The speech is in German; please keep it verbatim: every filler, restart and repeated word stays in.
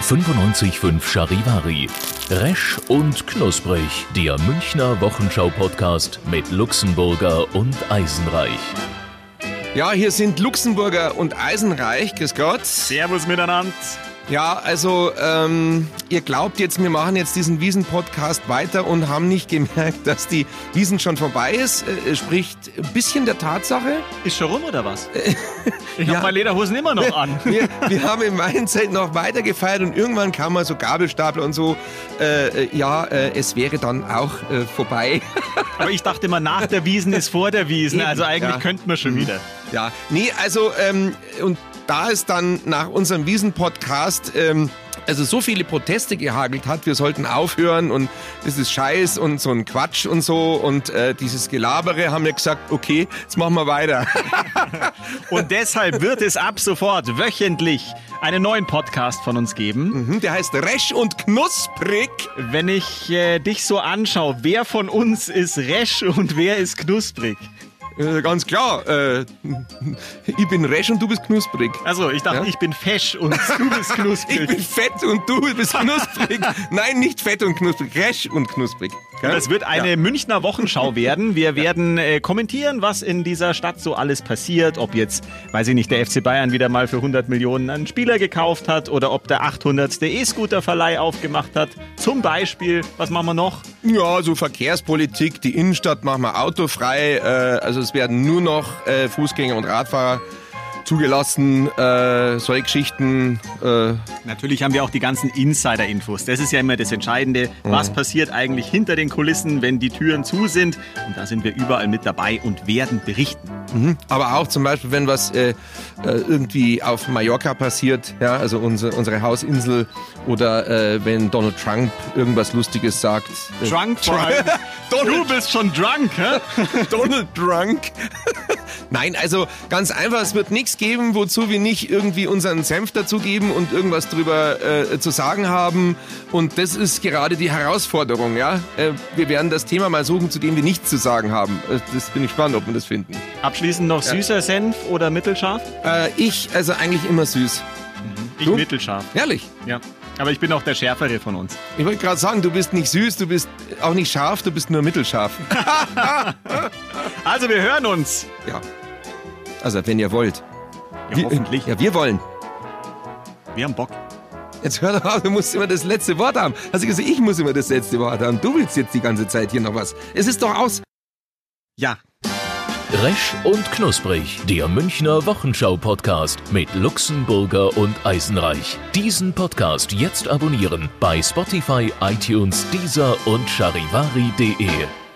fünfundneunzig Komma fünf Charivari. Resch und knusprig, der Münchner Wochenschau-Podcast mit Luxemburger und Eisenreich. Ja, hier sind Luxemburger und Eisenreich. Grüß Gott. Servus miteinander. Ja, also ähm, ihr glaubt jetzt, wir machen jetzt diesen Wiesen-Podcast weiter und haben nicht gemerkt, dass die Wiesen schon vorbei ist. Äh, spricht ein bisschen der Tatsache. Ist schon rum oder was? Ich Ja. hab meine Lederhosen immer noch an. Wir, wir haben im Weinzelt noch weiter gefeiert und irgendwann kam mal so Gabelstapler und so. Äh, ja, äh, es wäre dann auch äh, vorbei. Aber ich dachte immer, nach der Wiesen ist vor der Wiesen. Eben, Also eigentlich ja. könnten wir schon wieder. Ja, nee, also ähm, und da es dann nach unserem Wiesen-Podcast ähm, also so viele Proteste gehagelt hat, wir sollten aufhören und das ist Scheiß und so ein Quatsch und so und äh, dieses Gelabere, haben wir gesagt, okay, jetzt machen wir weiter. Und deshalb wird es ab sofort wöchentlich einen neuen Podcast von uns geben. Mhm, der heißt Resch und Knusprig. Wenn ich äh, dich so anschaue, wer von uns ist Resch und wer ist knusprig? Äh, ganz klar, äh, ich bin Resch und du bist knusprig. Also ich dachte, Ja? ich bin fesch und du bist knusprig. Ich bin fett und du bist knusprig. Nein, nicht fett und knusprig, Resch und knusprig. Gell? Das wird eine Ja. Münchner Wochenschau werden. Wir werden äh, kommentieren, was in dieser Stadt so alles passiert. Ob jetzt, weiß ich nicht, der F C Bayern wieder mal für hundert Millionen einen Spieler gekauft hat oder ob der achthundertste E-Scooter-Verleih aufgemacht hat. Zum Beispiel, was machen wir noch? Ja, so Verkehrspolitik, die Innenstadt machen wir autofrei. Äh, also es werden nur noch äh, Fußgänger und Radfahrer zugelassen. Äh, solche Geschichten. Äh, Natürlich haben wir auch die ganzen Insider-Infos. Das ist ja immer das Entscheidende. Was passiert eigentlich hinter den Kulissen, wenn die Türen zu sind? Und da sind wir überall mit dabei und werden berichten. mhm. Aber auch zum Beispiel, wenn was äh, äh, irgendwie auf Mallorca passiert, ja, also unsere, unsere Hausinsel, oder äh, wenn Donald Trump irgendwas Lustiges sagt. Äh, Drunk vor allem. Du bist schon drunk, hä? Donald Drunk. Nein, also ganz einfach, es wird nichts geben, wozu wir nicht irgendwie unseren Senf dazugeben und irgendwas drüber äh, zu sagen haben. Und das ist gerade die Herausforderung, ja. Äh, wir werden das Thema mal suchen, zu dem wir nichts zu sagen haben. Äh, das bin ich gespannt, ob wir das finden. Abschließend noch süßer Senf oder mittelscharf? Äh, ich, also eigentlich immer süß. Ich Du? mittelscharf. Ehrlich. Ja. Aber ich bin auch der Schärfere von uns. Ich wollte gerade sagen, du bist nicht süß, du bist auch nicht scharf, du bist nur mittelscharf. Also wir hören uns. Ja. Also, wenn ihr wollt. Ja, Wir- hoffentlich. Ja, wir wollen. Wir haben Bock. Jetzt hör doch auf, du musst immer das letzte Wort haben. Hast du gesagt, ich muss immer das letzte Wort haben. Du willst jetzt die ganze Zeit hier noch was. Es ist doch aus. Ja. Resch und knusprig, der Münchner Wochenschau-Podcast mit Luxemburger und Eisenreich. Diesen Podcast jetzt abonnieren bei Spotify, iTunes, Deezer und Charivari punkt de.